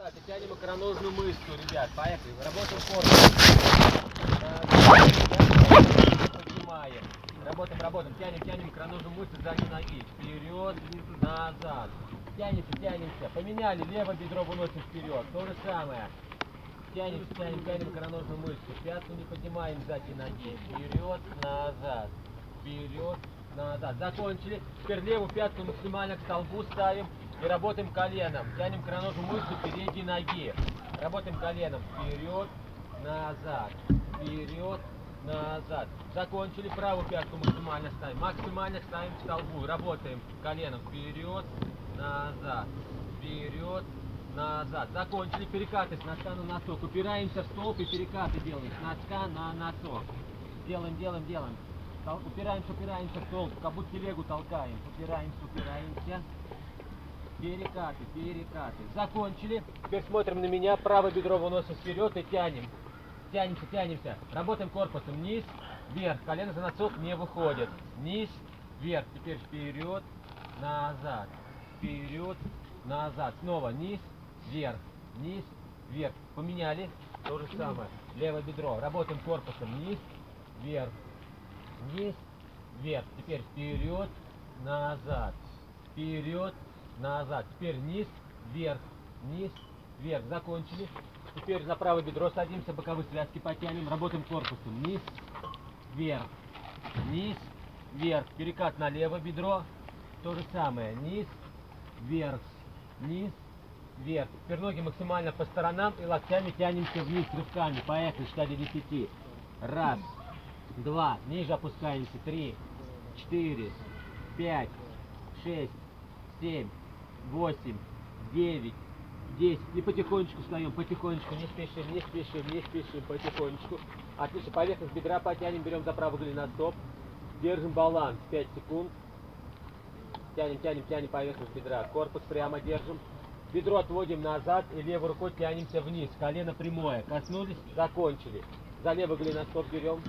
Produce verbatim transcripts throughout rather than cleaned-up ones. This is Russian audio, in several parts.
Давайте тянем икроножную мышцу, ребят. Поехали. Работаем корпус. Поднимаем. Работаем, работаем. Тянем, тянем икроножную мышцу задней ноги. Вперед, назад. Тянемся, тянемся. Поменяли. Левое бедро выносим вперед. То же самое. Тянемся, тянем, тянем икроножную мышцу. Пятку не поднимаем задней ноги. Вперед, назад. Вперед, назад. Закончили. Теперь левую пятку максимально к столбу ставим. И работаем коленом. Тянем икроножную мышцу передней ноги. Работаем коленом. Вперед, назад. Вперед, назад. Закончили. Правую пятку максимально ставим. Максимально ставим к столбу. Работаем коленом. Вперед, назад. Вперед, назад. Закончили. Перекаты с носка на носок. Упираемся в столб и перекаты делаем. С носка на носок. Делаем, делаем, делаем. Упираемся, упираемся в столб. Как будто телегу толкаем. Упираемся, упираемся. Перекаты, перекаты. Закончили. Теперь смотрим на меня. Правое бедро выносим вперед и тянем. Тянемся, тянемся. Работаем корпусом. Низ, вверх. Колено за носок не выходит. Низ, вверх. Теперь вперед, назад. Вперед, назад. Снова низ, вверх. Низ, вверх. Поменяли. То же самое. Левое бедро. Работаем корпусом. Низ, вверх. Низ, вверх. Теперь вперед, назад. Вперед, назад. Теперь низ, вверх, низ, вверх. Закончили. Теперь за правое бедро садимся, боковые связки потянем. Работаем корпусом. Низ, вверх, низ, вверх. Перекат на левое бедро. То же самое. Низ, вверх, низ, вверх. Теперь ноги максимально по сторонам и локтями тянемся вниз рывками. Поехали. Считай до десяти. Раз, два. Ниже опускаемся. Три, четыре, пять, шесть, семь, восемь, девять, десять. И потихонечку встаем, потихонечку, не спешим, не спешим, не спешим, потихонечку. Отлично, поверхность бедра потянем, берем за правый голеностоп. Держим баланс пять секунд. Тянем, тянем, тянем поверхность бедра. Корпус прямо держим. Бедро отводим назад и левой рукой тянемся вниз. Колено прямое. Коснулись, закончили. За левый голеностоп берем.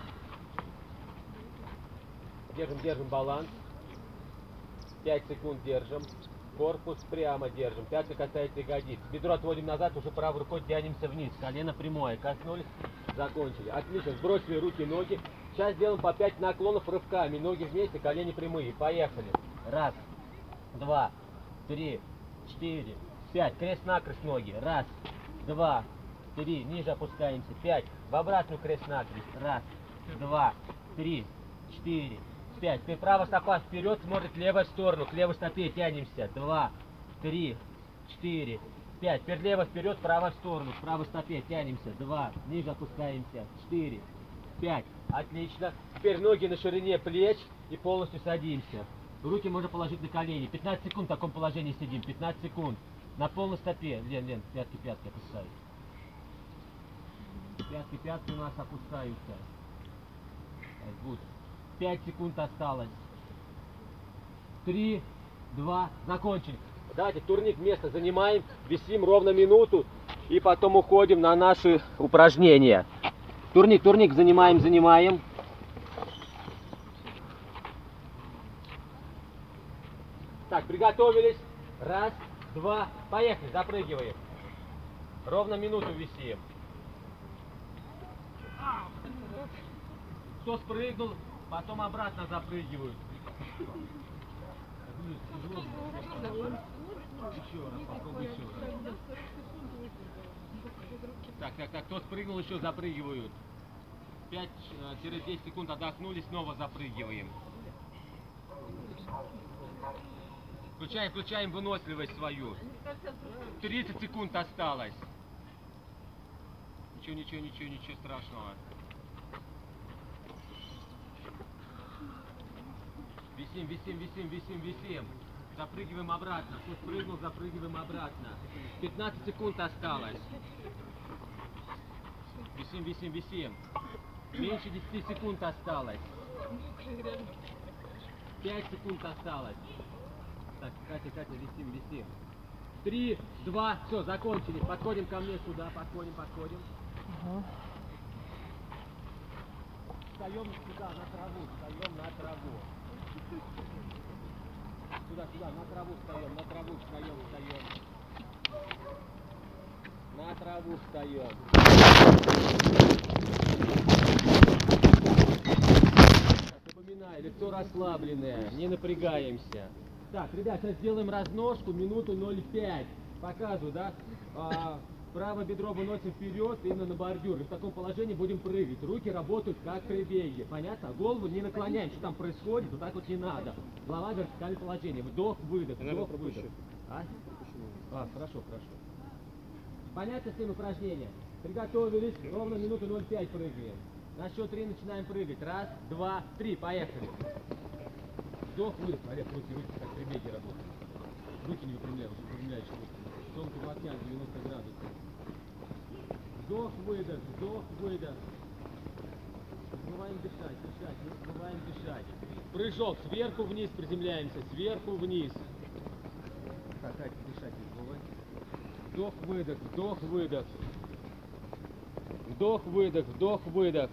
Держим, держим баланс. пять секунд держим. Корпус прямо держим. Пятка касается ягодиц. Бедро отводим назад, уже правой рукой тянемся вниз. Колено прямое. Коснулись, закончили. Отлично. Сбросили руки, ноги. Сейчас делаем по пять наклонов рывками. Ноги вместе, колени прямые. Поехали. Раз, два, три, четыре, пять. Крест-накрест ноги. Раз, два, три. Ниже опускаемся. Пять. В обратную крест-накрест. Раз, два, три, четыре, пять. Теперь правая стопа вперед, смотрит левая в сторону. К левой стопе тянемся. Два, три, четыре, пять. Теперь лево вперед, правая в сторону. К правой стопе тянемся. Два. Ниже опускаемся. Четыре, пять. Отлично. Теперь ноги на ширине плеч и полностью садимся. Руки можно положить на колени. пятнадцать секунд в таком положении сидим. пятнадцать секунд. На полной стопе. Лен, Лен, пятки, пятки опускай. Пятки, пятки у нас опускаются. Будет. пять секунд осталось. три, два, закончили. Давайте турник место занимаем, висим ровно минуту и потом уходим на наши упражнения. Турник, турник занимаем, занимаем. Так, приготовились. Раз, два, поехали, запрыгиваем. Ровно минуту висим. Кто спрыгнул, потом обратно запрыгивают. Еще раз, попробуй еще раз. Так, так, так, кто спрыгнул, еще запрыгивают. пять-десять секунд отдохнули, снова запрыгиваем. Включаем, включаем выносливость свою. тридцать секунд осталось. Ничего, ничего, ничего, ничего страшного. Висим, висим, висим, висим, висим. Запрыгиваем обратно. Кто спрыгнул, запрыгиваем обратно. пятнадцать секунд осталось. Висим, висим, висим. Меньше десяти секунд осталось. пять секунд осталось. Так, Катя, Катя, висим, висим. три, два, все, закончили. Подходим ко мне сюда, подходим, подходим. Угу. Встаем сюда, на траву, встаем на траву. Сюда, сюда, на траву встаем, на траву встаем, встаем. траву встаем. Напоминаю, лицо расслабленное, не напрягаемся. Так, ребят, сейчас сделаем разножку, минуту ноль пять. Показываю, да? А, правое бедро выносим вперед, именно на бордюр. И в таком положении будем прыгать. Руки работают как при беге. Понятно? Голову не наклоняем, что там происходит, вот так вот не надо. Голова в вертикальном положении. Вдох, выдох, вдох, выдох. А? А, хорошо, хорошо. Понятно с ним упражнение? Приготовились, ровно минуту ноль пять прыгаем. На счет три начинаем прыгать. Раз, два, три, поехали. Вдох, выдох. Олег, руки, руки, как при беге работают. Руки не выпрямляем, выпрямляешь руки. Тонко в океан, девяносто градусов. Вдох, выдох, вдох, выдох. Не забываем дышать, дышать, не забываем дышать. Прыжок, сверху вниз приземляемся, сверху вниз. Так, Катя, дышать не забывай. Вдох, выдох, вдох, выдох. Вдох, выдох, вдох, выдох.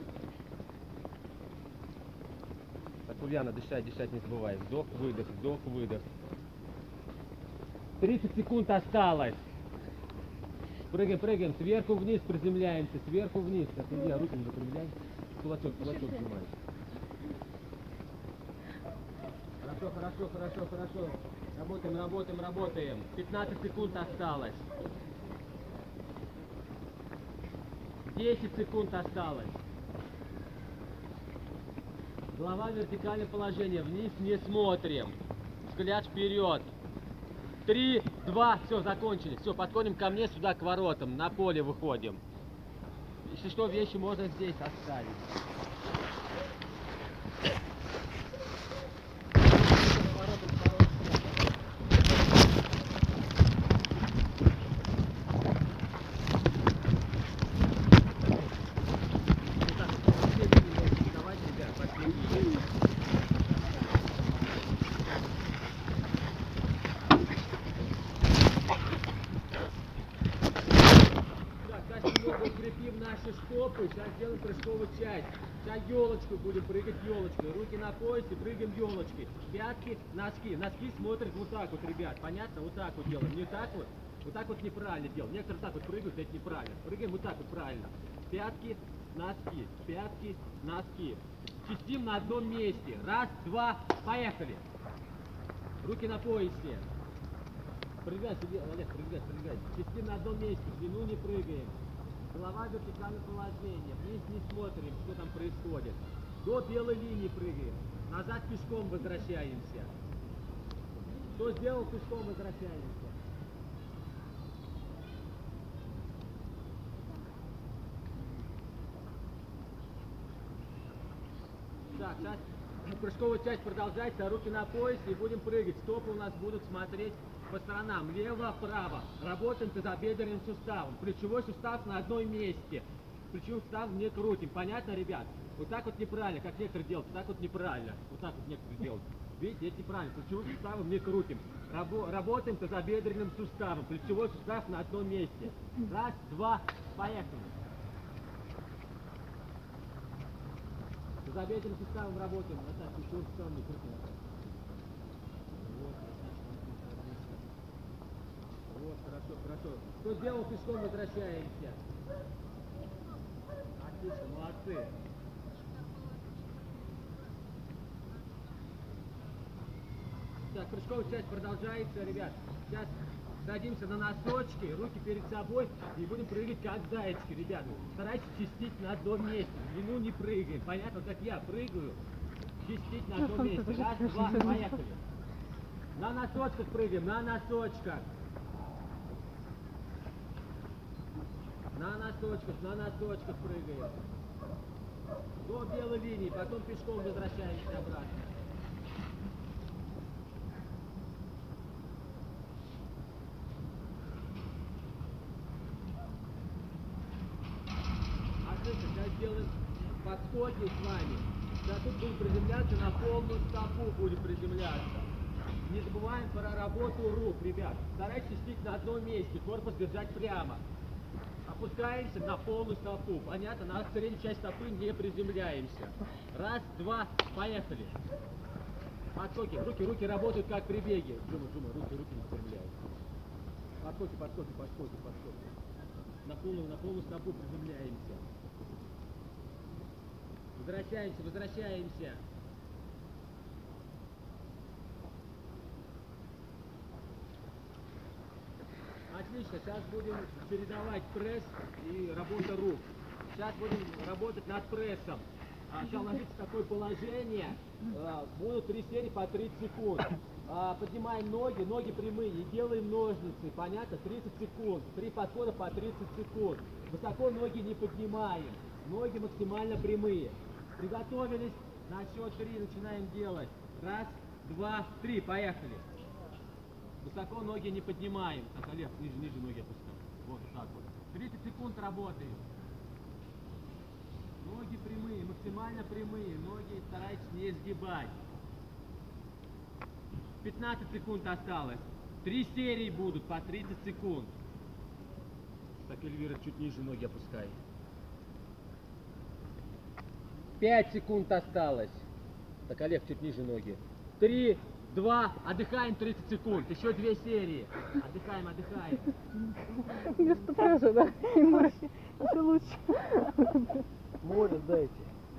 Так, Ульяна, дышать, дышать не забывай. Вдох, выдох, вдох, выдох. тридцать секунд осталось. Прыгаем, прыгаем, сверху вниз приземляемся, сверху вниз. Так, Илья, руки не выпрямляй. Кулачок, кулачок сжимай. Хорошо, хорошо, хорошо, хорошо. Работаем, работаем, работаем. пятнадцать секунд осталось. десять секунд осталось. Голова в вертикальном положении. Вниз не смотрим. Взгляд вперед. Три, два, все, закончили. Все, подходим ко мне сюда, к воротам. На поле выходим. Если что, вещи можно здесь оставить. Укрепим наши стопы, сейчас делаем прыжковую часть. Сейчас елочку будем прыгать елочкой. Руки на поясе, прыгаем елочкой. Пятки, носки. Носки смотрят вот так вот, ребят. Понятно? Вот так вот делаем. Не так вот. Вот так вот неправильно делаем. Некоторые так вот прыгают, это неправильно. Прыгаем вот так вот правильно. Пятки, носки. Пятки, носки. Чистим на одном месте. Раз, два, поехали. Руки на поясе. Прыгай, Олег, прыгай, прыгай. Чистим на одном месте. В длину не прыгаем. Голова в вертикальном положении. Вниз не смотрим, что там происходит. До белой линии прыгаем. Назад пешком возвращаемся. Кто сделал, пешком возвращаемся. Так, сейчас прыжковая часть продолжается. Руки на поясе и будем прыгать. Стопы у нас будут смотреть по сторонам, лево-право. Работаем тазобедренным суставом. Плечевой сустав на одном месте. Плечевой сустав не крутим. Понятно, ребят? Вот так вот неправильно, как некоторые делают. Вот так вот неправильно. Вот так вот некоторые делают. Видите, это неправильно. Плечевой суставом не крутим. Рабо работаем тазобедренным суставом. Плечевой сустав на одном месте. Раз, два, поехали. Тазобедренным суставом работаем. Вот так, плечевой суставом не крутим. Вот, хорошо, хорошо. Кто сделал, пешком возвращаемся. Отлично, молодцы. Так, прыжковая часть продолжается, ребят. Сейчас садимся на носочки, руки перед собой и будем прыгать как зайчики, ребят. Старайтесь чистить на одном месте. В длину не прыгаем. Понятно, как я прыгаю, чистить на одном месте. Раз, два, поехали. На носочках прыгаем, на носочках. На носочках, на носочках прыгаем. До белой линии, потом пешком возвращаемся обратно. Отлично, сейчас сделаем подскоки с вами. Сейчас тут будем приземляться, на полную стопу будем приземляться. Не забываем про работу рук, ребят. Старайтесь чистить на одном месте, корпус держать прямо. Опускаемся на полную стопу. Понятно? На среднюю часть стопы не приземляемся. Раз, два, поехали. Подскоки. Руки, руки работают как при беге. Джума, Джума, руки, руки не выпрямляются. Подскоки, подскоки, подскоки, подскоки. На полу, на полу стопу приземляемся. Возвращаемся, возвращаемся. Отлично, сейчас будем чередовать пресс и работа рук. Сейчас будем работать над прессом. А, сейчас ложитесь в такое положение. А, будут три серии по тридцать секунд. А, поднимаем ноги, ноги прямые и делаем ножницы. Понятно? тридцать секунд. Три подхода по тридцать секунд. Высоко ноги не поднимаем. Ноги максимально прямые. Приготовились. На счет три начинаем делать. Раз, два, три. Поехали. Высоко ноги не поднимаем. Так, Олег, ниже, ниже ноги опускаем. Вот, вот так вот. тридцать секунд работаем. Ноги прямые, максимально прямые. Ноги старайтесь не сгибать. пятнадцать секунд осталось. Три серии будут по тридцать секунд. Так, Эльвира, чуть ниже ноги опускай. пять секунд осталось. Так, Олег, чуть ниже ноги. три, два, отдыхаем тридцать секунд. Еще две серии. Отдыхаем, отдыхаем. Без пресса, да? И море. Это лучше. Море дайте.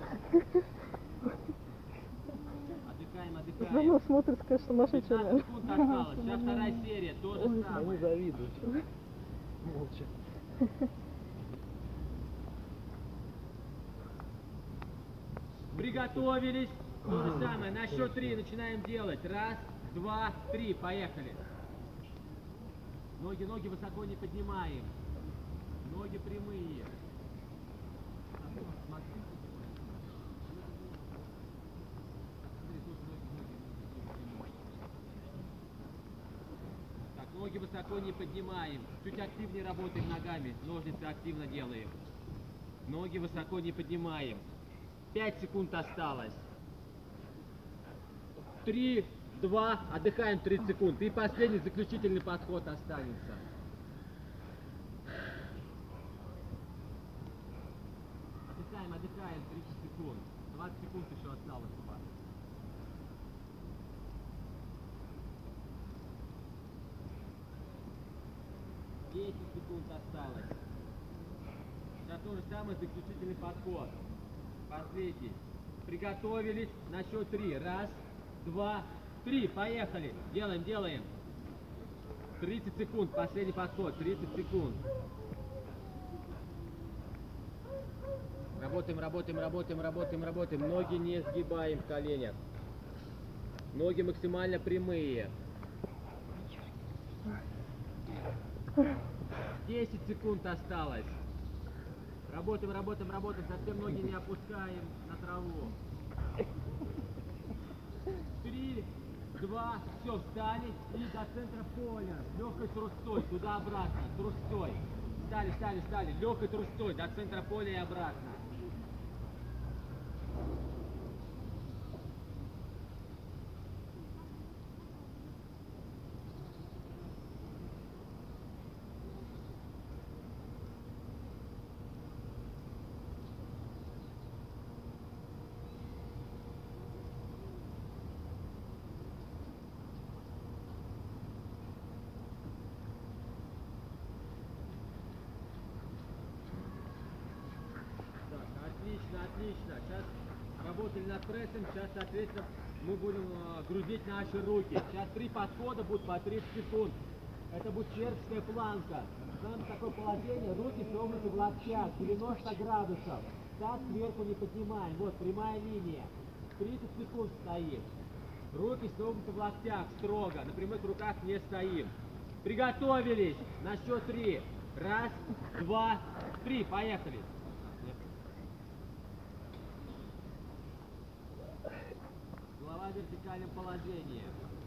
Отдыхаем, На отдыхаем. нас смотрит, конечно, наша пятнадцать человек. секунд осталось. Сейчас вторая серия. То же Они самое. завидуют. Молча. Приготовились. То же самое. На счет три начинаем делать. Раз, два, три. Поехали. Ноги, ноги высоко не поднимаем. Ноги прямые. Так, ноги высоко не поднимаем. Чуть активнее работаем ногами. Ножницы активно делаем. Ноги высоко не поднимаем. пять секунд осталось. три, два, отдыхаем тридцать секунд. И последний заключительный подход останется. Отдыхаем, отдыхаем тридцать секунд. двадцать секунд еще осталось у вас. десять секунд осталось. Сейчас то же самое, заключительный подход. Последний. Приготовились. На счет три. Раз, два, три. Поехали. Делаем, делаем. тридцать секунд. Последний подход. тридцать секунд. Работаем, работаем, работаем, работаем, работаем. Ноги не сгибаем в коленях. Ноги максимально прямые. десять секунд осталось. Работаем, работаем, работаем. Совсем ноги не опускаем на траву. Три, два, все, встали и до центра поля. Легкой трустой, туда-обратно, трустой. Встали, встали, встали. Легкой трустой до центра поля и обратно. Отлично, отлично. Сейчас работали над прессом, сейчас, соответственно, мы будем э, грузить наши руки. Сейчас три подхода будут по тридцать секунд. Это будет чешская планка. Ставим в такое положение, руки согнуты в локтях, девяносто градусов. Таз сверху не поднимаем. Вот, прямая линия. тридцать секунд стоим. Руки согнуты в локтях, строго. На прямых руках не стоим. Приготовились. На счет три. Раз, два, три. Поехали. Голова в вертикальном положении.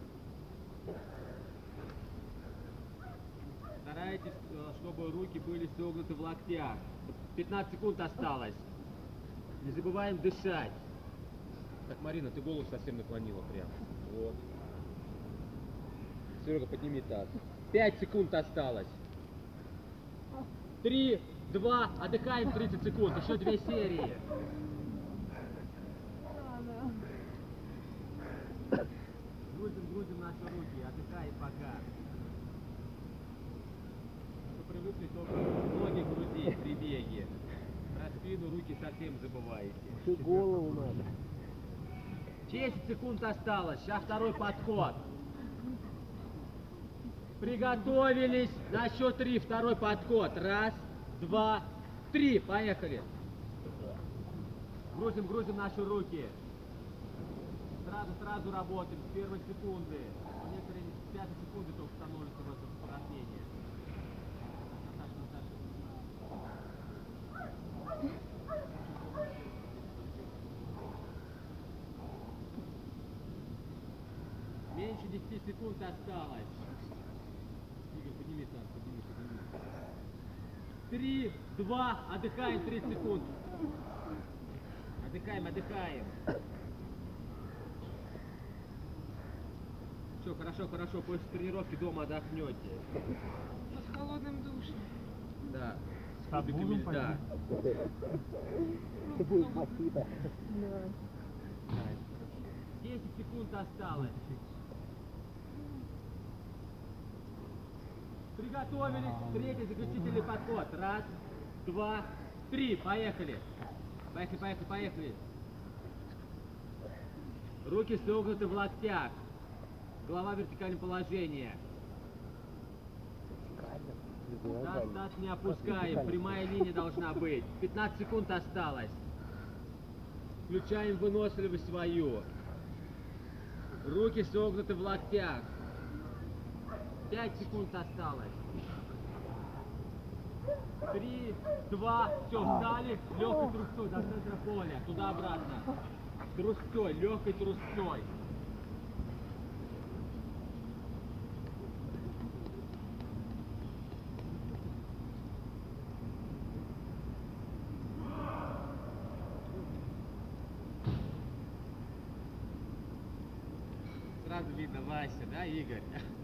Старайтесь, чтобы руки были согнуты в локтях. пятнадцать секунд осталось. Не забываем дышать. Так, Марина, ты голову совсем наклонила прям. Вот. Серега, подними таз. пять секунд осталось. три, два, отдыхаем тридцать секунд. Еще две серии. Грузим, грузим наши руки, отдыхаем пока. Кто привыкли, то ноги грузить. совсем забываете. Всю голову надо. десять секунд осталось. Сейчас второй подход. Приготовились. На счет три. Второй подход. Раз, два, три. Поехали. Грузим, грузим наши руки. Сразу, сразу работаем. С первой секунды. Некоторые с пятой секунды только становятся в это упражнение. Наташа, Наташа. Меньше десяти секунд осталось. Игорь, подними там, подними, подними. Три, два, отдыхаем тридцать секунд. Отдыхаем, отдыхаем. Все, хорошо, хорошо, после тренировки дома отдохнете. Под холодным душем. Да. С А кубиками будем льда. Это будет мохито. Да. десять секунд осталось. Приготовились. Третий заключительный подход. Раз, два, три. Поехали. Поехали, поехали, поехали. Руки согнуты в локтях. Голова в вертикальном положении. Таз, таз не опускаем. Прямая линия должна быть. пятнадцать секунд осталось. Включаем выносливость свою. Руки согнуты в локтях. пять секунд осталось. Три, два, все, встали. Легкой трусцой до центра поля. Туда-обратно. Трусцой, легкой трусцой. Сразу видно Вася, да, Игорь?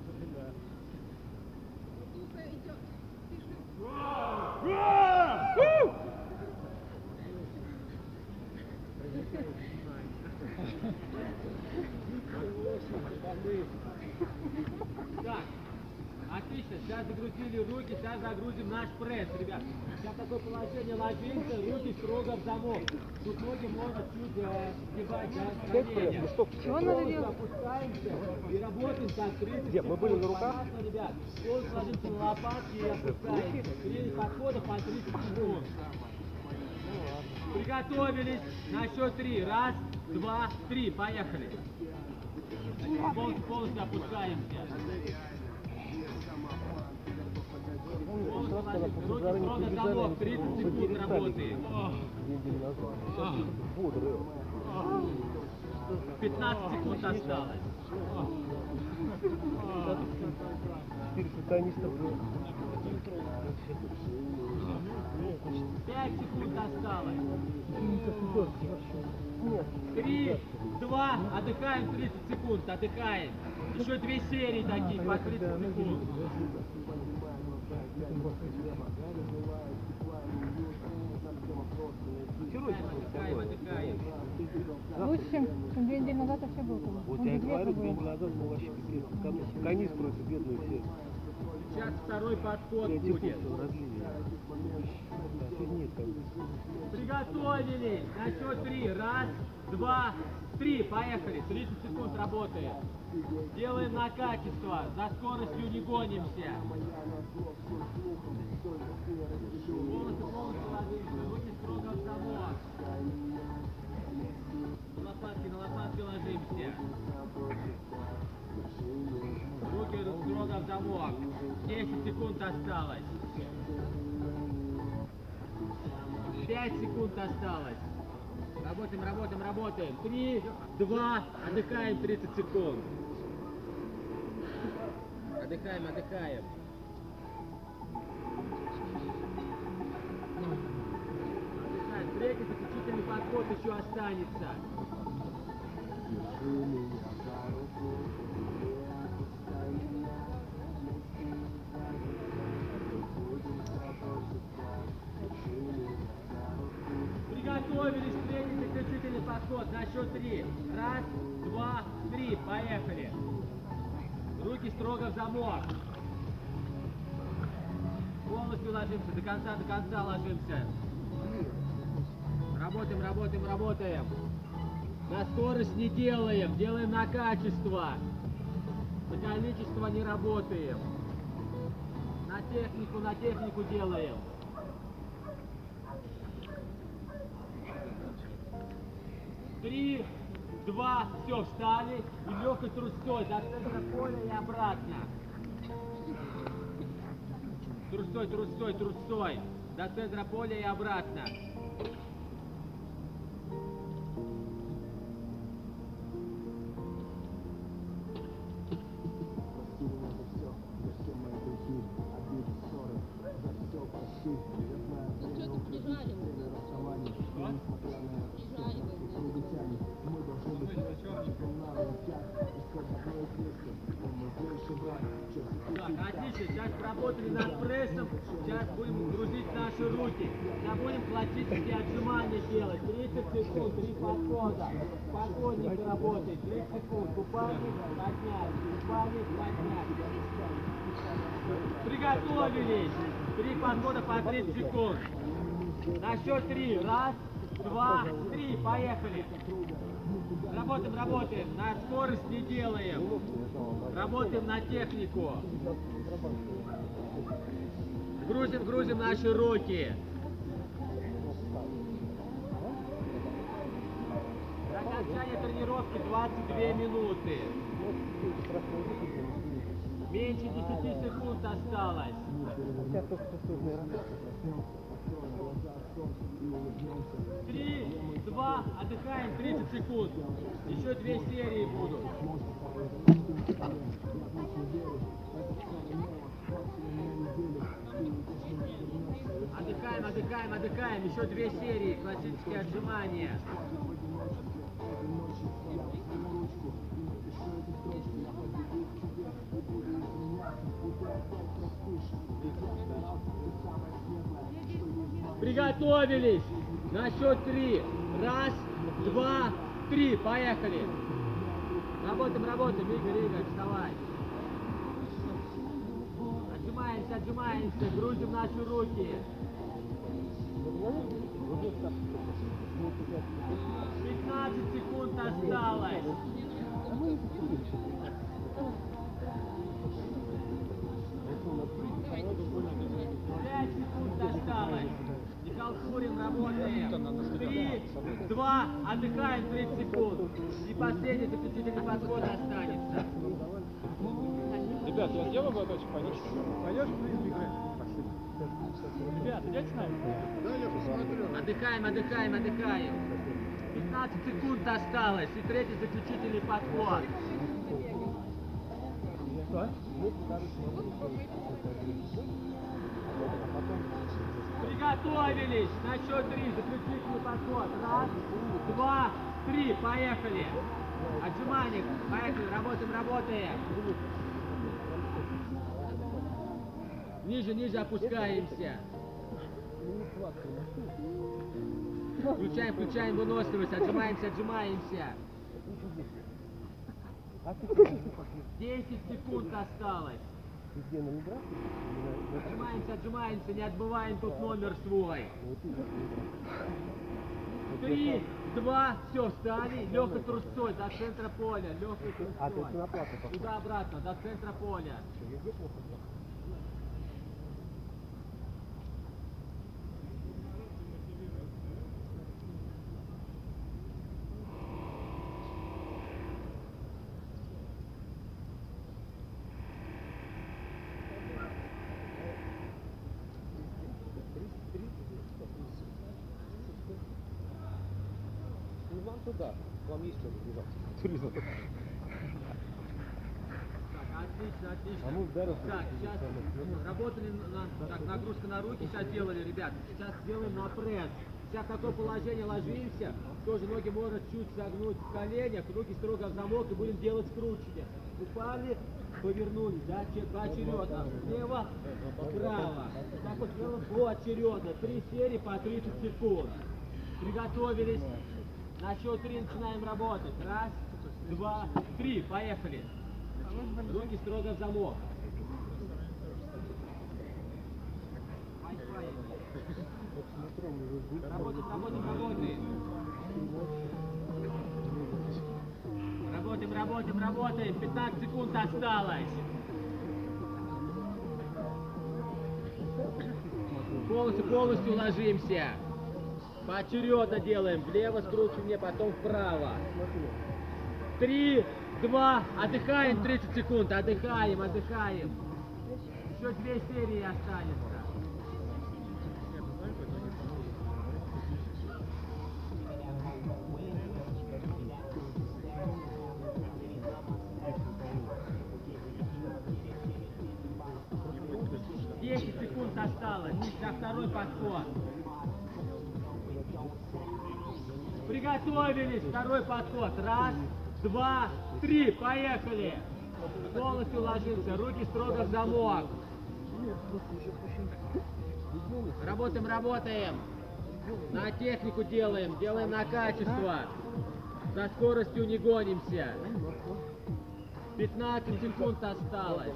Так, отлично, сейчас загрузили руки, сейчас загрузим наш пресс, ребят. Сейчас такое положение, ложимся, руки строго в замок. Тут ноги можно чуть э, сгибать, да, колени. Чего надо делать? Опускаемся и работаем так тридцать Где, мы были на руках? Понятно, ребят. Полностью ложимся на лопатки и опускаемся. Три подхода по тридцать секунд. Приготовились. На счет три. Раз, два, три. Поехали. Полностью, полностью опускаемся. Полностью ложимся. Руки строго в замок. тридцать секунд работаем. Неделю назад. Сейчас бодрый. пятнадцать секунд осталось. Перфекционистов нет. пять секунд осталось. Нет. Три, два, отдыхаем тридцать секунд, отдыхаем. Еще две серии таких по тридцать секунд. Отдыхаем, отдыхаем. Лучше, чем, чем две недели назад вообще был. Вот Он я и без ветра говорю, две был. недели назад мы вообще пипец. Конец против бедную все. Сейчас второй подход Я будет. типа разлили. Офигеть там. Приготовились. На счет три. Раз, два, три. Поехали. тридцать секунд работаем. Делаем на качество. За скоростью не гонимся. Полностью, полностью ложимся. Руки строго в замок. На лопатки, на лопатки ложимся. Руки строго в замок. десять секунд осталось. пять секунд осталось. Работаем, работаем, работаем. три, два, отдыхаем тридцать секунд. Отдыхаем, отдыхаем. Отдыхаем. Третий заключительный подход еще останется. Приготовились, третий заключительный подход на счет три. Раз, два, три. Поехали. Руки строго в замок. Полностью ложимся, до конца, до конца ложимся. Работаем, работаем, работаем. На скорость не делаем, делаем на качество. На количество не работаем. На технику, на технику делаем. Три, два, все, встали. И легкой трустой до центра поля и обратно. Трустой, трустой, трустой. До центра поля и обратно. Так, отлично, сейчас работали над прессом, сейчас будем грузить наши руки. Сейчас будем классические отжимания делать. тридцать секунд, три подхода. Спокойненько работает. тридцать секунд. Губами поднять, губами поднять. Приготовились. Три подхода по тридцать секунд. На счет три. Раз, два, три. Поехали. Работаем, работаем. На скорость не делаем. Работаем на технику. Грузим, грузим наши руки. До окончания тренировки двадцать две минуты. Меньше десяти секунд осталось. Три, два, отдыхаем тридцать секунд. Еще две серии будут. Отдыхаем, отдыхаем, отдыхаем. Еще две серии. Классические отжимания. Приготовились. На счет три. Раз, два, три. Поехали. Работаем, работаем. Игорь, Игорь, вставай. Отжимаемся, отжимаемся. Грузим наши руки. пятнадцать секунд осталось. пять секунд осталось. Михаил Шурин, работаем. три, два, отдыхаем тридцать секунд. И последний заключительный подход останется. Ребят, я сделаю глоточек, пойдешь? Пойдешь? Ребят, идете с нами? Да, я посмотрю. Отдыхаем, отдыхаем, отдыхаем. пятнадцать секунд осталось. И третий заключительный подход. Что? Приготовились. На счет три. Заключительный подход. Раз, два, три. Поехали. Отжимания. Поехали. Работаем, работаем. Ниже, ниже опускаемся. Включаем, включаем выносливость. Отжимаемся, отжимаемся. десять секунд осталось. Отжимаемся, отжимаемся, не отбываем тут номер свой. Три, два, все, встали. Легкой трусцой до центра поля. Легкой трусцой. Туда-обратно, до центра поля. Вам туда, вам есть что туризм. Так, отлично, отлично. А мы в Даров- Так, сейчас работали на, так, нагрузка на руки, сейчас делали, ребят. Сейчас делаем на пресс. Сейчас в такое положение ложимся, тоже ноги можно чуть согнуть в коленях, руки строго в замок и будем делать скручивание. Упали, повернулись, да, че- поочередно. Слева, вправо. Так вот делаем поочередно. Три серии по тридцать секунд. Приготовились. На счет три начинаем работать. Раз, два, три. Поехали. Руки строго в замок. Работаем, работаем, работаем. Работаем, работаем, работаем. пятнадцать секунд осталось. Полностью, полностью ложимся. Поочередно делаем. Влево скручивание, потом вправо. Три, два, отдыхаем тридцать секунд. Отдыхаем, отдыхаем. Еще две серии останется. десять секунд осталось. На второй подход. Приготовились. Второй подход. Раз, два, три. Поехали. Полностью ложимся. Руки строго в замок. Работаем, работаем. На технику делаем. Делаем на качество. За скоростью не гонимся. пятнадцать секунд осталось.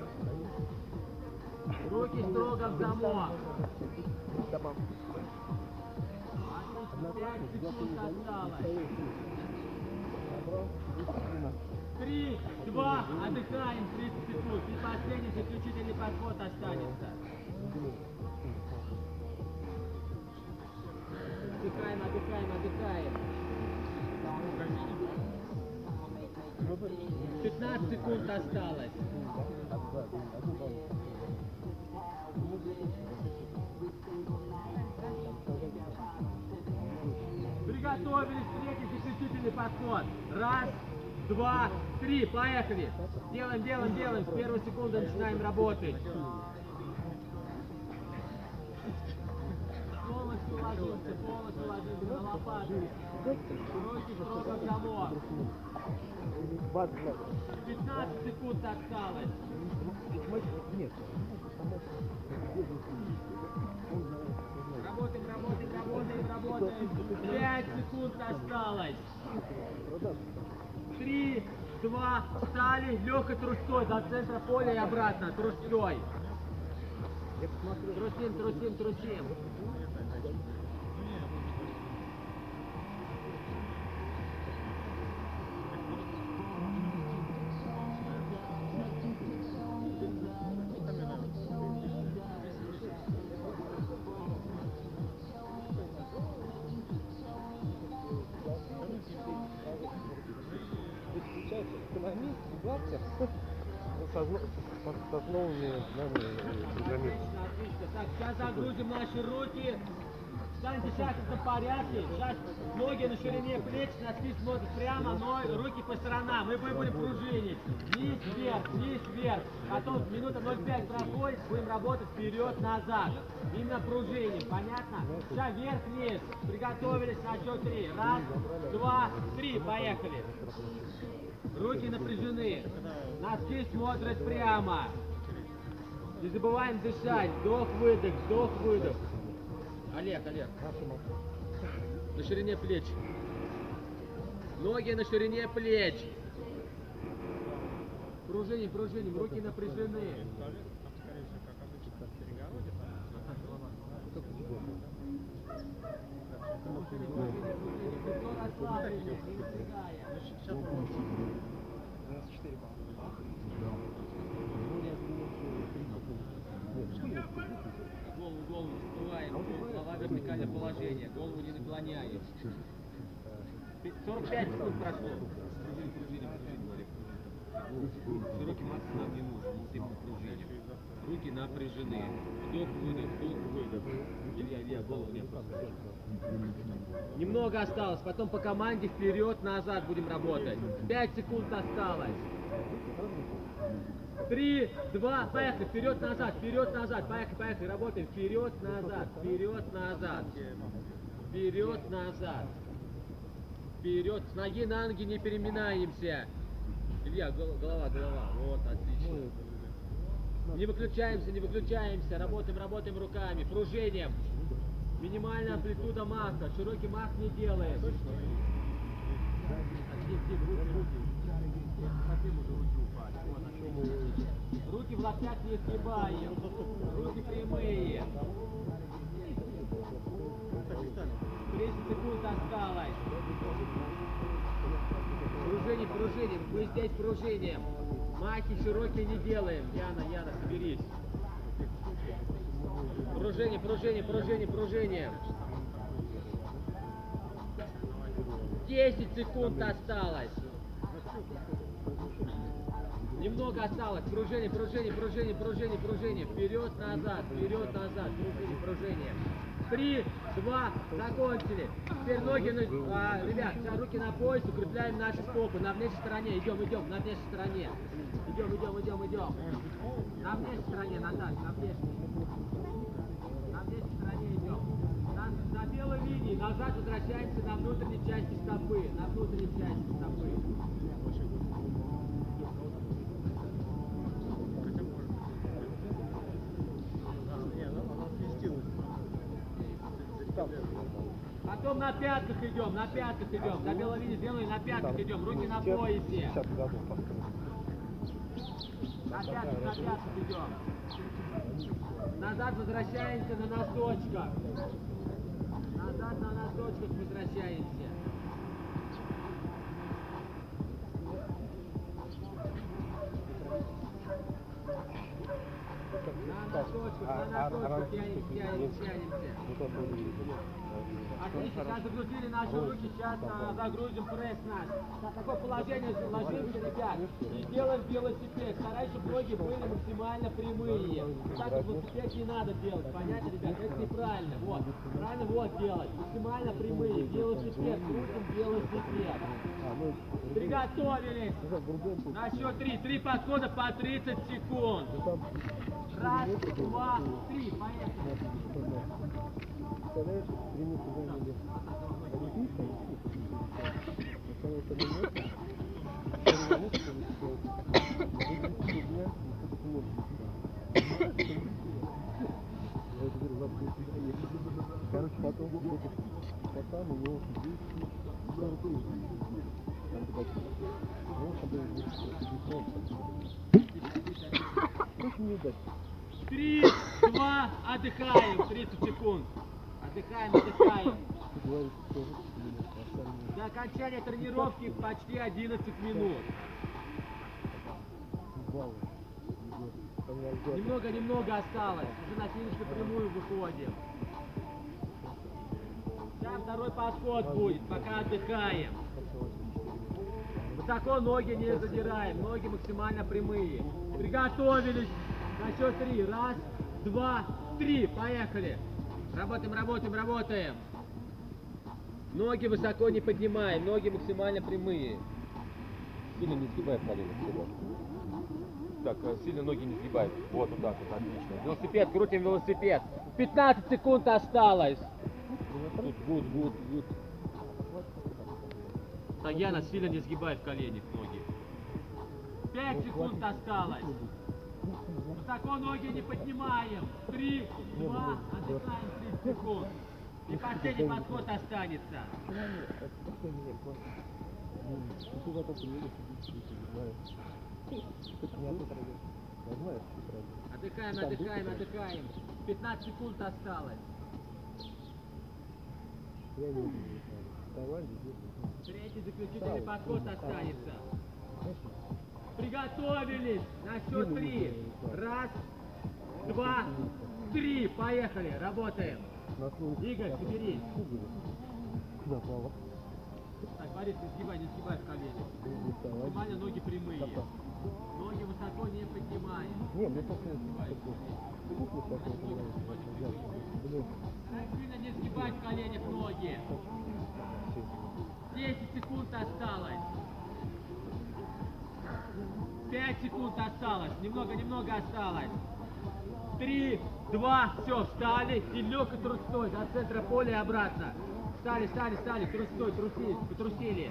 Руки строго в замок. пять секунд осталось. Три, два, отдыхаем тридцать секунд. И последний заключительный подход останется. Отдыхаем, отдыхаем, отдыхаем. пятнадцать секунд осталось. Приготовились, третий заключительный подход. Раз, два, три, поехали. Делаем, делаем, делаем. С первой секунды начинаем работать. Полностью ложимся, полностью ложимся на лопатки. Руки строго в замок. пятнадцать секунд осталось. Работаем, работаем, работаем, работаем. пять секунд осталось. три, два, встали, легкой трусцой до центра поля и обратно, трусцой. Трусим, трусим, трусим. Экономист, бухгалтер, со новыми программистами. Отлично. Так, сейчас загрузим наши руки. Встаньте сейчас в порядке. Сейчас ноги на ширине плеч, носки смотрят прямо, но руки по сторонам. Мы будем пружинить. Вниз, вверх, вниз, вверх. Потом минута ноль пять проходит, будем работать вперед, назад. Именно пружиним, понятно? Сейчас вверх, вниз. Приготовились на счет три. Раз, два, три. Поехали. Руки напряжены. Носки смотрят прямо. Не забываем дышать. Вдох-выдох, вдох-выдох. Олег, Олег. На ширине плеч. Ноги на ширине плеч. Пружиним, пружиним. Руки напряжены. Пружиним, пружиним, пружиним. Лицо расслабленное, не напрягая. Голову, голову не закрываем, голова вертикальное положение, голову не наклоняем. сорок пять секунд прошло. Пружиним, пружиним, пружиним, Олег. Широкий масс нам не нужен, мы именно пружиним. Руки напряжены. Вдох, выдох, вдох, выдох. Илья, Илья, голову не опускай. Немного осталось, потом по команде вперед, назад будем работать. пять секунд осталось. Три, два, поехали, вперед, назад, вперед, назад, поехали, поехали, работаем, вперед, назад, вперед, назад, вперед, назад, вперед, с ноги на ноги не переминаемся. Илья, голова, голова, вот, отлично. Не выключаемся, не выключаемся, работаем, работаем руками, пружиним. Минимальная амплитуда маха, широкий мах не делаем. Тим, Тим, руки, руки. Совсем уже руки упали. Вот, отлично. Руки в локтях не сгибаем. Руки прямые. пружиним, мы здесь пружиним. Махи широкие не делаем. Яна, Яна, соберись. Пружиним, пружиним, пружиним, пружиним. десять секунд осталось. Немного осталось. Пружиним, пружиним, пружиним, пружиним, пружиним. Вперед, назад, вперед, назад. Пружиним, пружиним. Три, два, закончили. Теперь ноги, на- а, ребят, сейчас руки на пояс, укрепляем нашу стопы. На внешней стороне. Идем, идем, на внешней стороне. Идем, идем, идем, идем. На внешней стороне, Наташа, на внешней. На внешней стороне идем. На, на белой линии назад возвращаемся на внутренней части стопы. На внутренней части стопы. Потом на пятках идем, на пятках идем. До белой линии сделай, на пятках идем. Руки на поясе. пятьдесят годов построили. На пятках, на пятках идем. Назад возвращаемся на носочках. Назад на носочках возвращаемся. На носочках, на носочках тянем, тянем, тянемся. Отлично, сейчас загрузили наши руки, сейчас а, загрузим пресс наш. В такое положение ложимся, ребят, и делаем велосипед. Старайтесь, чтобы ноги были максимально прямые. Так вот велосипед не надо делать, понятно, ребят? Это неправильно. Вот, правильно вот делать. Максимально прямые. Велосипед, крутим велосипед. Приготовились. На счет три. Три подхода по тридцать секунд. Раз, два, три. Поехали. Представляешь, три минуты заняли Олимпийская, осталось одна минута, первый минут, дня, я говорю, завтра приехать. Короче, потом где-то потом у него двести сорок рублей. Там такие. Ну, чтобы очень неудачно. Три, два, отдыхаем. тридцать секунд. Отдыхаем, отдыхаем. До окончания тренировки почти одиннадцать минут. Немного-немного осталось. Уже на финишную прямую выходим. Сейчас второй подход будет, пока отдыхаем. Высоко ноги не задираем, ноги максимально прямые. Приготовились. На счет три. Раз, два, три. Поехали. Работаем, работаем, работаем. Ноги высоко не поднимаем, ноги максимально прямые. Сильно не сгибаем колени. Так, сильно ноги не сгибаем. Вот, вот так вот, отлично. Велосипед, крутим велосипед. пятнадцать секунд осталось. Тут, гуд, гуд, гуд. Таяна сильно не сгибает колени ноги. пять секунд осталось. Высоко ноги не поднимаем. Три, два, отдыхаем тридцать секунд. И последний подход останется. Отдыхаем, отдыхаем, отдыхаем. пятнадцать секунд осталось. Третий заключительный подход останется. Приготовились. На счет три. Раз, два, три. Поехали. Работаем. Игорь, соберись. Так, Борис, не сгибай, не сгибай в колени. Максимально ноги прямые. Ноги высоко не поднимаем. Не, мне просто Так сильно не сгибать в коленях ноги. десять секунд осталось. пять секунд осталось. Немного-немного осталось. три, два, все, встали. И легкой трустой до центра поля и обратно. Встали, встали, встали. Трустой, трусили, потрусили.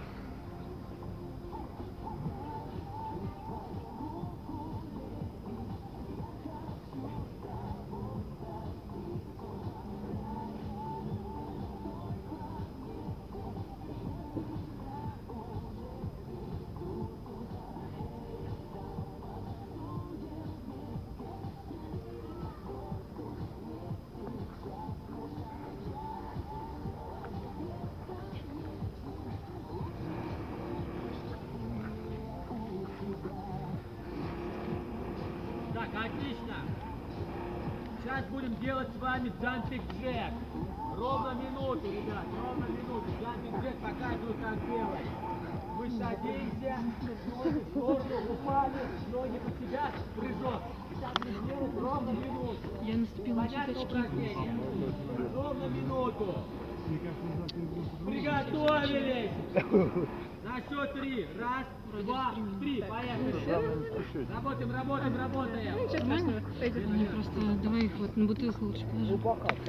будем делать с вами джампинг джек. Ровно минуту, ребят, ровно минуту. Джампинг джек показываю, как делать. Мы садимся, ноги в сторону, упали, ноги под себя, прыжок. И так мы сделаем ровно минуту. Я наступила на Понятно чуточки. упражнение? Ровно минуту. Приготовились. На счет три. Раз, два, три. Поехали. Работаем, работаем, работаем. Ничего страшного. Они просто, давай их вот на бутылку лучше положим.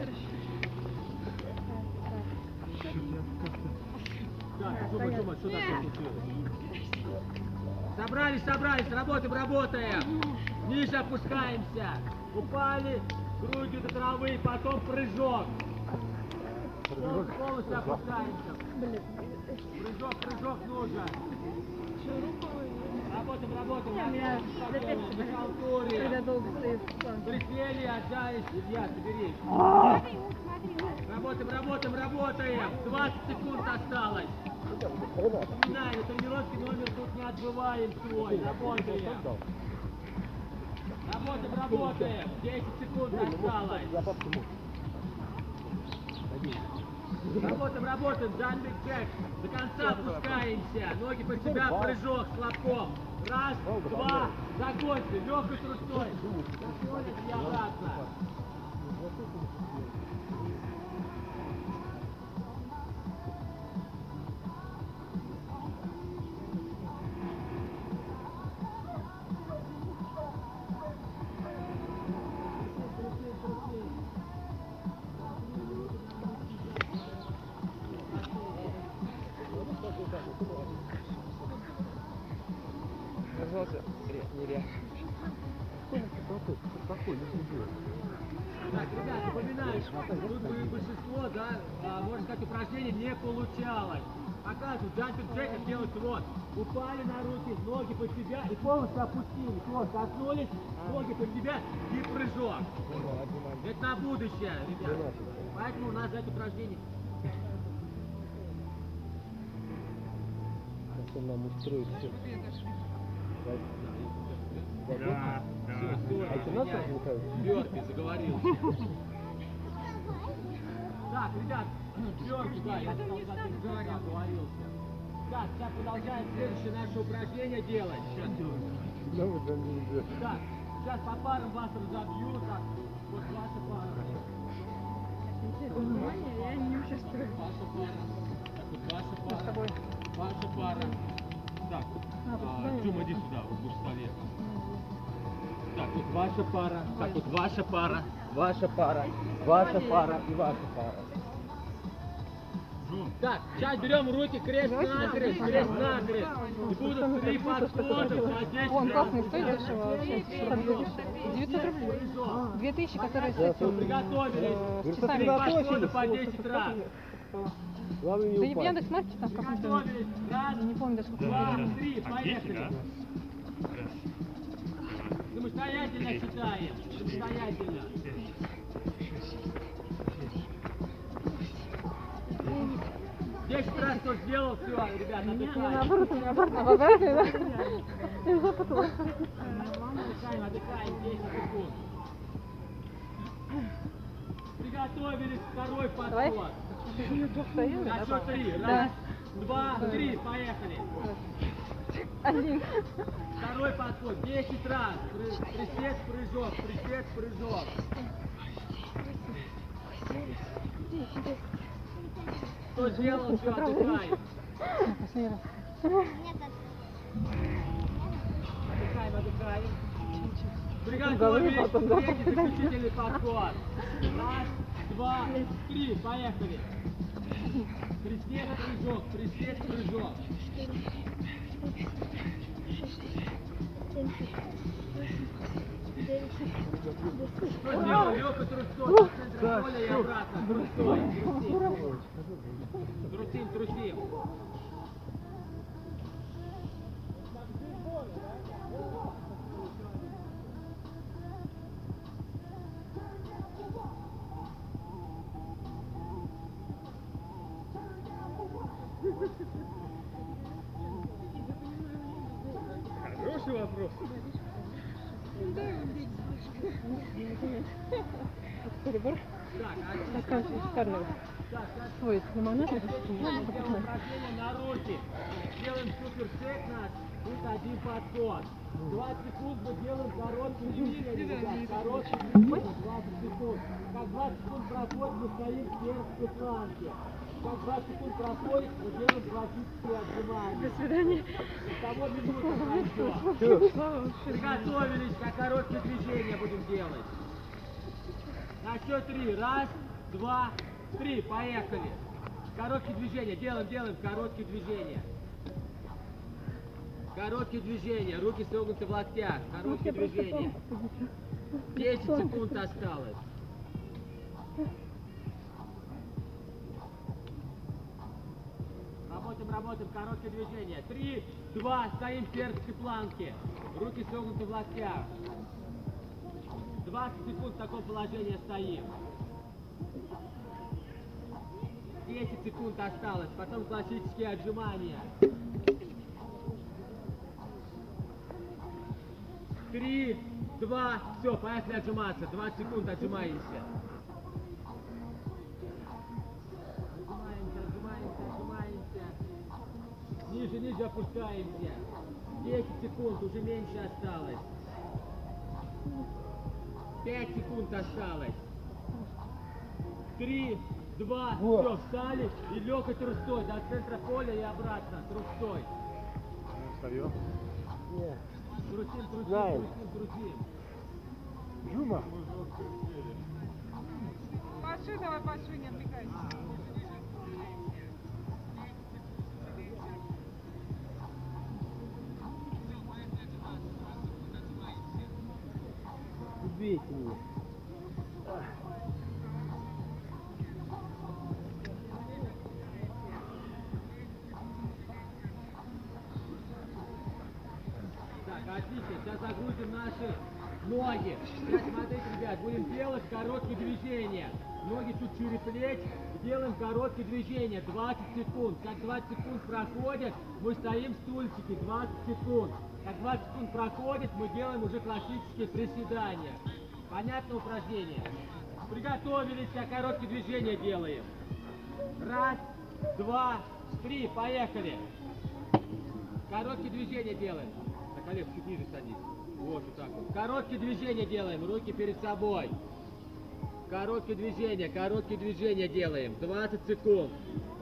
Так, думай, думай, что такое случилось? Собрались, собрались, работаем, работаем. Ниже опускаемся. Упали, грудью до травы, потом прыжок. Полностью, полностью опускаемся. Прыжок, прыжок нужен. Работаем, работаем. Я работаем. запять На халтуре. когда долго стою. Присели, отжались, Илья, соберись. Работаем, работаем, работаем. двадцать секунд осталось. Напоминаю, тренировки номер тут не отбываем свой. Работаем. Работаем, работаем. десять секунд осталось. Работаем, работаем. Джампинг джек. До конца опускаемся. Ноги под себя, прыжок с лобком. Раз, два, закончили. Легкой трусцой. Закончили и обратно. Так, ребят, напоминаю, тут большинство, да, а, можно сказать, упражнений не получалось. Показываю, джампинг джек делать вот. Упали на руки, ноги под себя и полностью опустились. Вот, коснулись, ноги под себя и прыжок. Это на будущее, ребят. Поэтому у нас это упражнение. Как нам устроить все? Все, все, А это нас развлекают? Бёрпи, заговорил. Так, ребят, бёрпи, да, я сказал, как оговорился. Так, сейчас продолжаем следующее наше упражнение делать. Сейчас. Да, вы там не идете. Так, сейчас по парам вас разобью. Так, вот ваша пара. Внимание, я не участвую. Ваша пара. Так, вот ваша Мы с пара. тобой. Ваша пара. Так, а, Тёма, иди сюда, вот будешь столе. Так, вот ваша пара. Так, вот ваша пара. Ваша пара. Ваша пара и ваша пара. Так, сейчас берем руки крест на крест, крест на крест. И будут три подхода по десять Он раз. классный, стоит дешево вообще. девятьсот рублей. Две тысячи, которые с этим, Приготовились. э, с Три часами. подхода по десять раз. Главное Да не и в упасть. Яндекс.Маркете там в каком-то, Приготовились. Раз, я не помню даже сколько два, времени. три, поехали. Самостоятельно считаем. Самостоятельно. Десять раз кто сделал, все, ребят, Не, отдыхаем. наоборот, у меня обратно в обратно, да? Я запуталась. Отдыхаем, отдыхаем, десять секунд. Приготовились, второй Давай. подход. Стоим, На да? счет три. Да. Раз, два, три, поехали. Один. Второй подход, десять раз. Пры- Присед, прыжок, присед, прыжок. Кто сделал, все, отдыхаем. Последний раз. Отдыхаем, отдыхаем. Приготовились, третий заключительный подход. Раз, два, три, поехали. Присед, прыжок, присед, прыжок. Что сделал? Лёха трусцой, по центру поля и обратно. Трусцой, трусим. Трусим, трусим. Хороший вопрос. перебор. Так, отлично. Заканчивать шикарно. Так, так. Ой, лимонад. Делаем упражнение на руки. Делаем суперсет наш. Тут один подход. двадцать секунд мы делаем короткие движения, ребят. Короткие движения, двадцать секунд. Как двадцать секунд проходит, мы стоим в первой планке. Как двадцать секунд проходит, мы делаем классические отжимания. До свидания. Того минута пройдет. Приготовились, как короткие движения будем делать. На счет три. Раз, два, три. Поехали. Короткие движения. Делаем, делаем короткие движения. Короткие движения. Руки согнуты в локтях. Короткие движения. десять секунд осталось. Работаем, работаем. Короткие движения. Три, два. Стоим в перской планке. Руки согнуты в локтях. двадцать секунд в таком положении стоим. десять секунд осталось. Потом классические отжимания. Три, два, все, поехали отжиматься. двадцать секунд отжимаемся. Отжимаемся, отжимаемся, отжимаемся. Ниже, ниже опускаемся. десять секунд, уже меньше осталось. пять секунд осталось. три, два, все, встали и легкой трустой до центра поля и обратно, трустой. Встаем. Трусим, трусим, Знаем. трусим, трусим. Жума. Паши, давай, Паши, не отвлекайся. Убейте меня. Так, отлично, сейчас загрузим наши ноги. Сейчас, смотрите, ребят, будем делать короткие движения. Ноги чуть шире плеч, делаем короткие движения, двадцать секунд. Как двадцать секунд проходит, мы стоим в стульчике, двадцать секунд. Как двадцать секунд проходит, мы делаем уже классические приседания. Понятно упражнение? Приготовились, как короткие движения делаем. Раз, два, три, поехали. Короткие движения делаем. Так, Олег, чуть ниже садись. Вот, вот так вот. Короткие движения делаем, руки перед собой. Короткие движения, короткие движения делаем. двадцать секунд.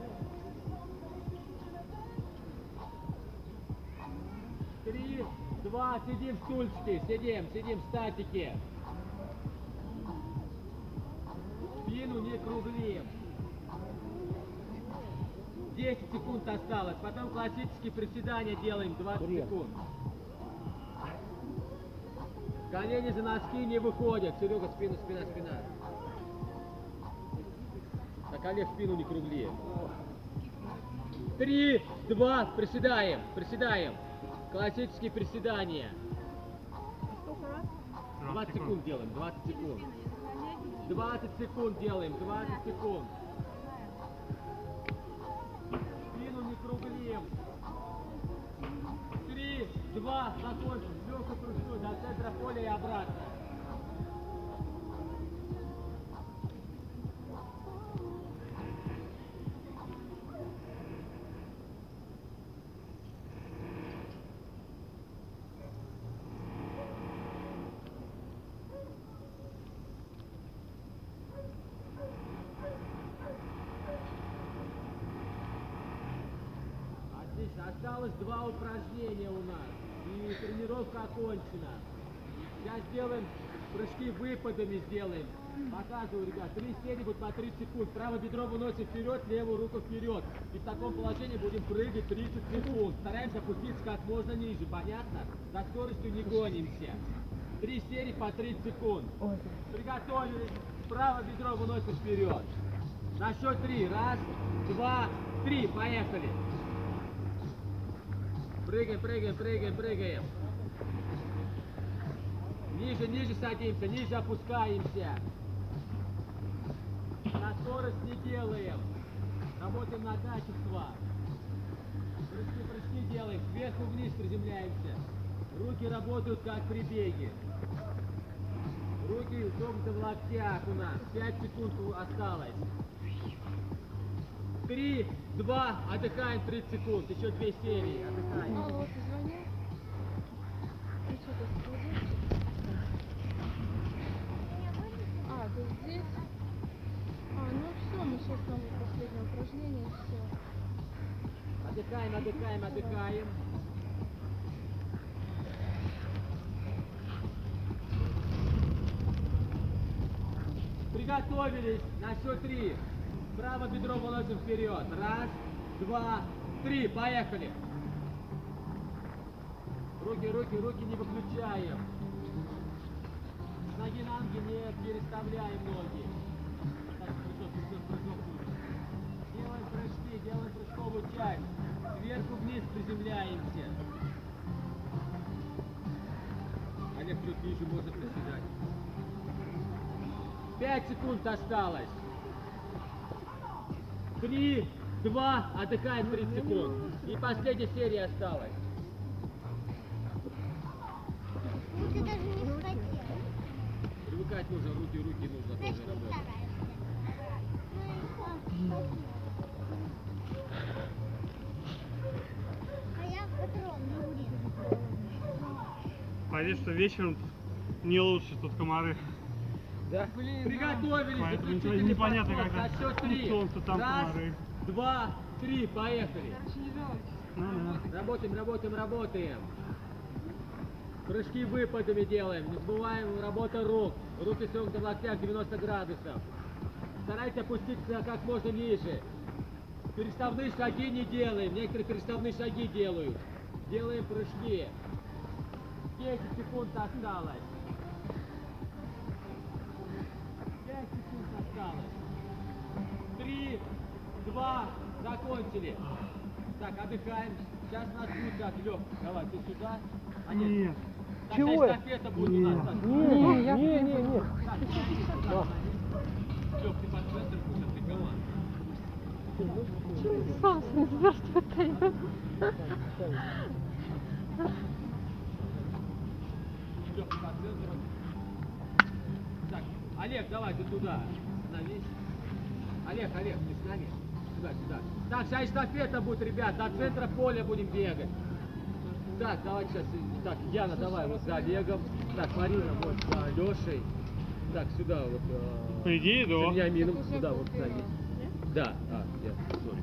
Три, два, сидим в стульчике, сидим, сидим в статике. Спину не круглим. десять секунд осталось. Потом классические приседания делаем двадцать секунд. Колени за носки не выходят. Серега, спину, спина, спина. Так, Олег, спину не кругли. Три, два, приседаем, приседаем. Классические приседания. двадцать секунд делаем, двадцать секунд. двадцать секунд делаем, двадцать секунд. Спину не круглим. Три, два, закончим. Легко трусой до центра поля и обратно. Отлично, осталось два упражнения у нас, и тренировка окончена. Сейчас сделаем прыжки выпадами, сделаем. Показываю, ребят, три серии будет по тридцать секунд. Правое бедро выносим вперед, левую руку вперед. И в таком положении будем прыгать тридцать секунд. Стараемся опуститься как можно ниже, понятно? За скоростью не гонимся. Три серии по тридцать секунд. Приготовились. Правое бедро выносим вперед. На счет три. Раз, два, три. Поехали. Прыгаем, прыгаем, прыгаем, прыгаем. Ниже, ниже садимся, ниже опускаемся. На скорость не делаем. Работаем на качество. Прыжки, прыжки делаем. Сверху вниз приземляемся. Руки работают как при беге. Руки согнуты в локтях у нас. Пять секунд у- осталось. Три, два, отдыхаем тридцать секунд. Еще две серии. Отдыхаем. Алло, ты звонил? Ты что-то сходил? А, ты здесь? А, ну все, мы сейчас на последнее упражнение, все. Отдыхаем, отдыхаем, отдыхаем. Приготовились на счет три. Право бедро выносим вперед. Раз, два, три. Поехали. Руки, руки, руки не выключаем. С ноги на ноги не переставляем ноги. Так, прыжок, прыжок, прыжок будет. Делаем прыжки, делаем прыжковую часть. Сверху вниз приземляемся. Олег, чуть ниже можно приседать. Пять секунд осталось. Три, два, отдыхаем тридцать секунд. И последняя серия осталась. Ну ты даже не схватил. Привыкать нужно, руки, руки нужно тоже Значит, не работать. стараешься. А я патрон не урезал. Понятно, что вечером не лучше, тут комары. Да? Приготовились, Поэтому заключительный непонятно, подход когда на счет три. солнце, там Раз, комары. два, три, поехали. Ну, да. Работаем, работаем, работаем. Прыжки выпадами делаем. Не забываем, работа рук. Руки согнуты в локтях девяносто градусов. Старайтесь опуститься как можно ниже. Переставные шаги не делаем. Некоторые переставные шаги делают. Делаем прыжки. десять секунд осталось. пять секунд осталось. три, два, закончили. Так, отдыхаем. Сейчас нас будет так, Лёв, давай, ты сюда. А Нет. Так, Чего? а эстафета будет у нас. так. Не, не, не, не, не. Так, Лёв, ты под центр, пусть ты команда. Солнце здравствуйте. Лёв, ты под центром. Так, Олег, давай ты туда. Становись. Олег, Олег, ты с нами? Сюда, сюда. Так, сейчас эстафета будет, ребят. До центра поля будем бегать. Так, давайте сейчас. Так, Яна, давай вот за Олегом. Так, Марина, вот за Лешей. Так, сюда вот. э, По идее, с да. Вениамином, сюда вот становись. Да, а, я, сори.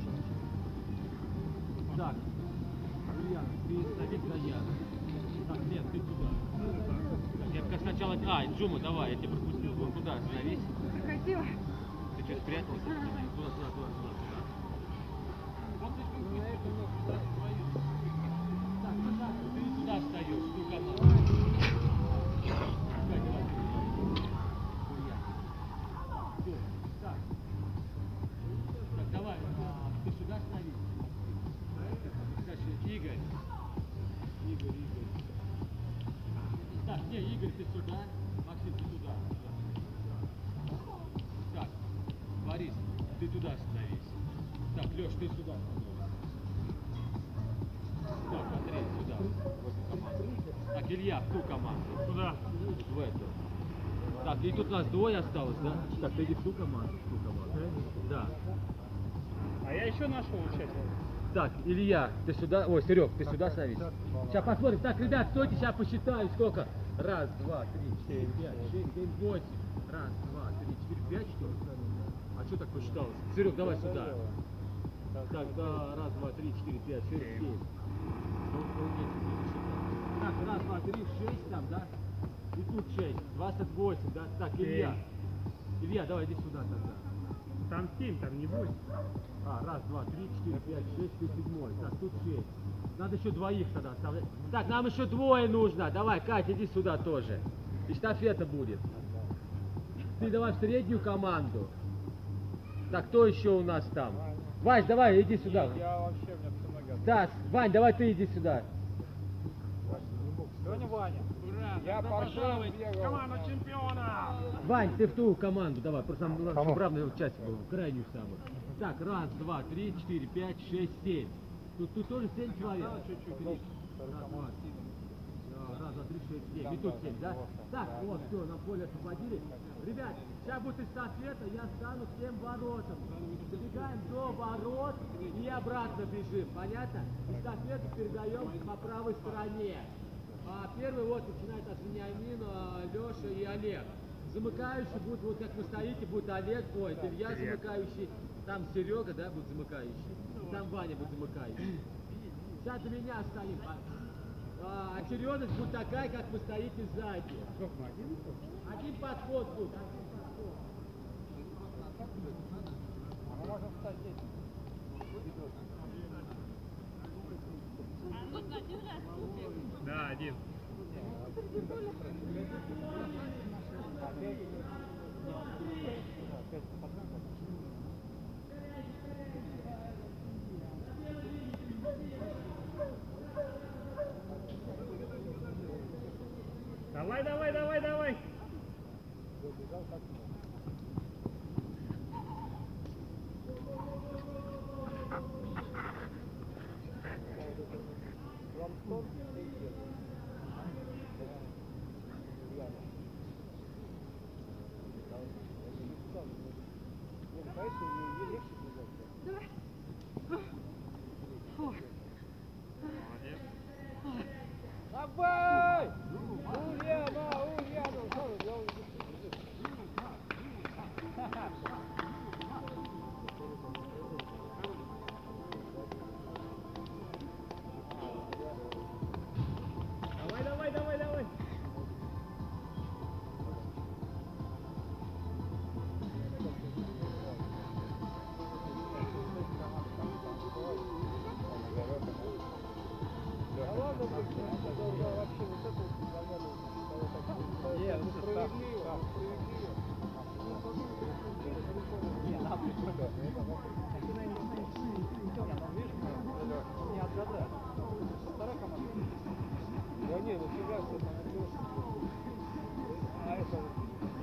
Так, Ульяна, ты становись за Яной. Так, нет, ты туда. Так, я пока сначала... А, Джума, давай, я тебя пропустил. Вон туда становись. Хотела. Ты что, спрятался? Туда, туда, туда, туда, туда. Вот ты туда, свою. Так, ну так, ты туда встаешь, ту команду. Давай, давай. Ульяна. Всё, так. Так, давай, а, ты сюда становись. Дальше, Игорь. Игорь, Игорь. Так, не, Игорь, ты сюда. Максим, ты туда. туда. Так, Борис, ты туда становись. Так, Леш, ты сюда становись. Так, Андрей, сюда. В эту команду. Так, Илья, в ту команду. Куда? В эту. Так, и тут у нас двое осталось, да? Так, ты иди в ту команду, в ту команду. Да. А я еще нашел участника. Так, Илья, ты сюда, ой, Серег, ты сюда становись. Сейчас посмотрим. Так, ребят, стойте, сейчас посчитаю, сколько. Раз, два, три, четыре, пять, шесть, семь, восемь. Раз, два, три, четыре, пять, что ли? А что так посчиталось? Серег, давай сюда. Так, да, раз, два, три, четыре, пять, шесть, семь. Ну, полметра не засчитал. Так, раз, два, три, шесть там, да? И тут шесть, двадцать восемь, да? Так, Илья. Илья, давай иди сюда тогда. Там семь, там не восемь. А, раз, два, три, четыре, пять, шесть, ты седьмой. Так, тут шесть. Надо еще двоих тогда оставлять. Так, нам еще двое нужно. Давай, Катя, иди сюда тоже. Эстафета будет. Ты давай в среднюю команду. Так, кто еще у нас там? Вась, давай, иди сюда. Я вообще, у меня все ноги. Стас, Вань, давай ты иди сюда. Сегодня Ваня. Я пожалуй, Команда чемпиона. Вань, ты в ту команду давай, просто там Кому? чтобы равная часть была, в крайнюю самую. Так, раз, два, три, четыре, пять, шесть, семь. Тут, тут тоже семь человек. Раз, два, да, раз, Раз, два, три, шесть, семь. И тут семь, да? Так, вот, все, на поле освободили. Ребят, сейчас будет эстафета, я стану к тем воротам. Забегаем до ворот и обратно бежим, понятно? Эстафету передаем по правой стороне. А первый вот начинает от Вениамин, Леша и Олег. Замыкающий будет, вот как вы стоите, будет Олег, ой, это Илья замыкающий, там Серега, да, будет замыкающий, там Ваня будет замыкающий. Сейчас до меня стоим. А, очередность будет такая, как вы стоите сзади. Один подход будет, один подход. А мы можем встать здесь. Да, один. Давай, давай, давай, давай. Давай! Ульяна, Ульяна! Давай, давай, давай, давай. Да ладно, вообще вот это Нет, ну справедливо, справедливо. Не, нам Не отгадать. Вторая команда. Да не, ну фига себе, там Леша. А это вот.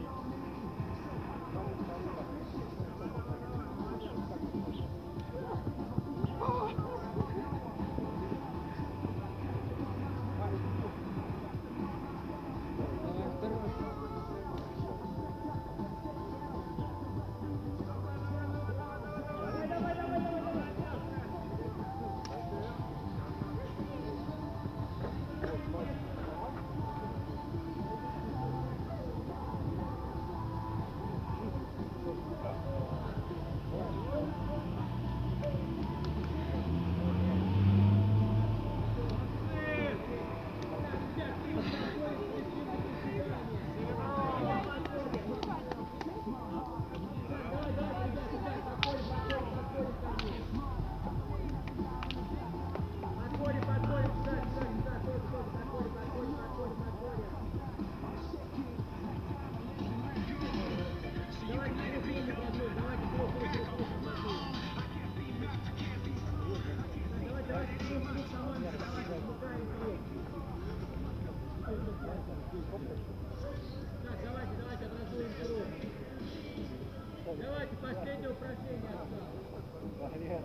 Так, давайте, давайте, образуем круг. Давайте, последнее упражнение осталось.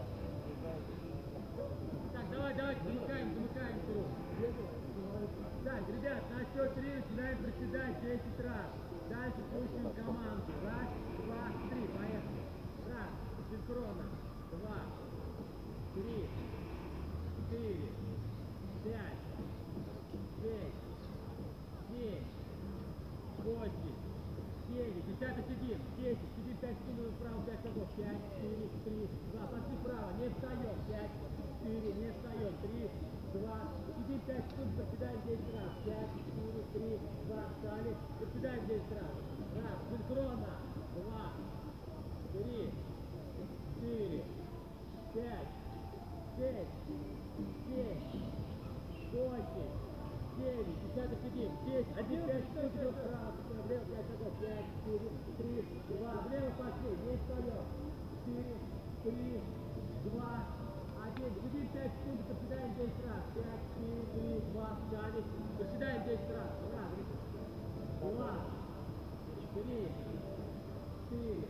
Так, давай, давайте, замыкаем, замыкаем круг. Так, ребят, на счет три начинаем приседать десять раз. Дальше пустим команду. Раз, два, три, поехали. Раз, синхронно. Два, три, четыре, пять, шесть, семь, восемь, девять, десятый сидим, десять, сидим пять секунд, вправо, пять шагов, пять, четыре, три, два, пошли вправо, не встаем, пять, четыре, не встаем, три, два, сидим пять секунд, приседаем десять раз, пять, четыре, три, два, встали, приседаем десять раз, раз, синхронно, два, три, четыре, пять, шесть, семь, восемь, девять, десятый сидим, десять, один, пять, секунд, идем вправо, влево, пять шагов, пять, четыре, три, два, влево пошли, не встаем, четыре, три, два, один, сидим пять секунд, приседаем десять раз, пять, четыре, три, два, встали, приседаем десять раз, раз, два, три, четыре,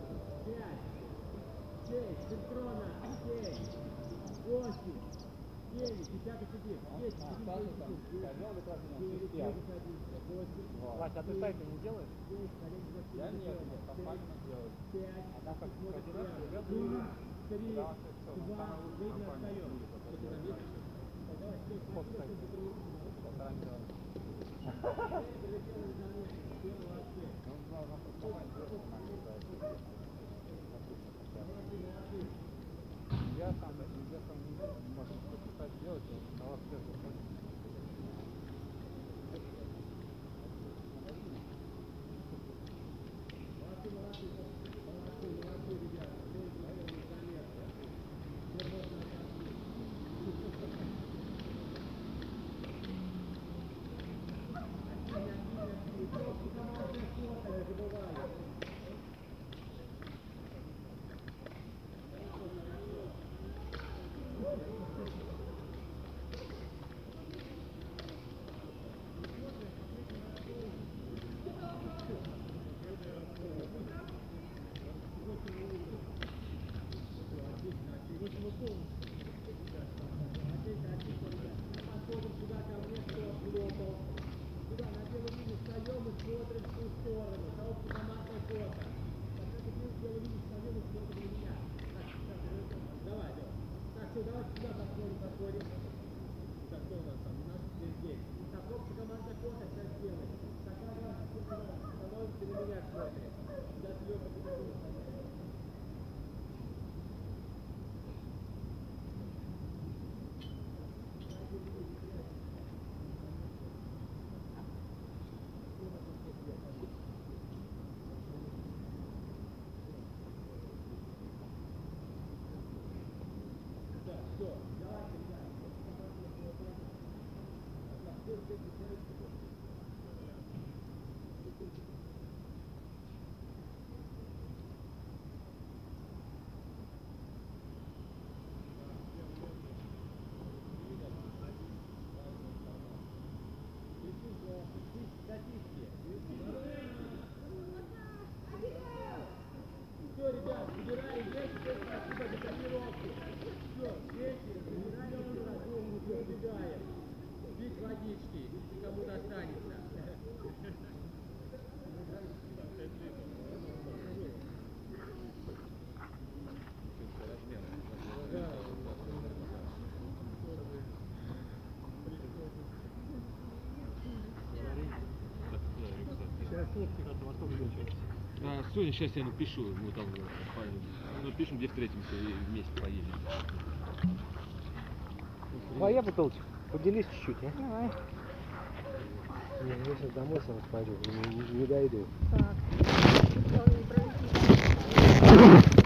пять, шесть, синхронно, семь, восемь, Вася, а ты сайты не делаешь? Я нет, там Павлина делает. А там как координация, ребята, да, все, ну, самое лучшее компания в мире, которая делает. Вот, кстати, полтора миллиона. Ну, должна просто команда делать нормально, да. Я сам, я сам не могу что-то сделать, а вас все заходит. А, сегодня сейчас я напишу, мы там по- напишем, где встретимся и вместе поедем. Твоя бутылочка? Поделись чуть-чуть, а? Давай. Не, я сейчас домой сам пойду, не, не, не дойду. Так.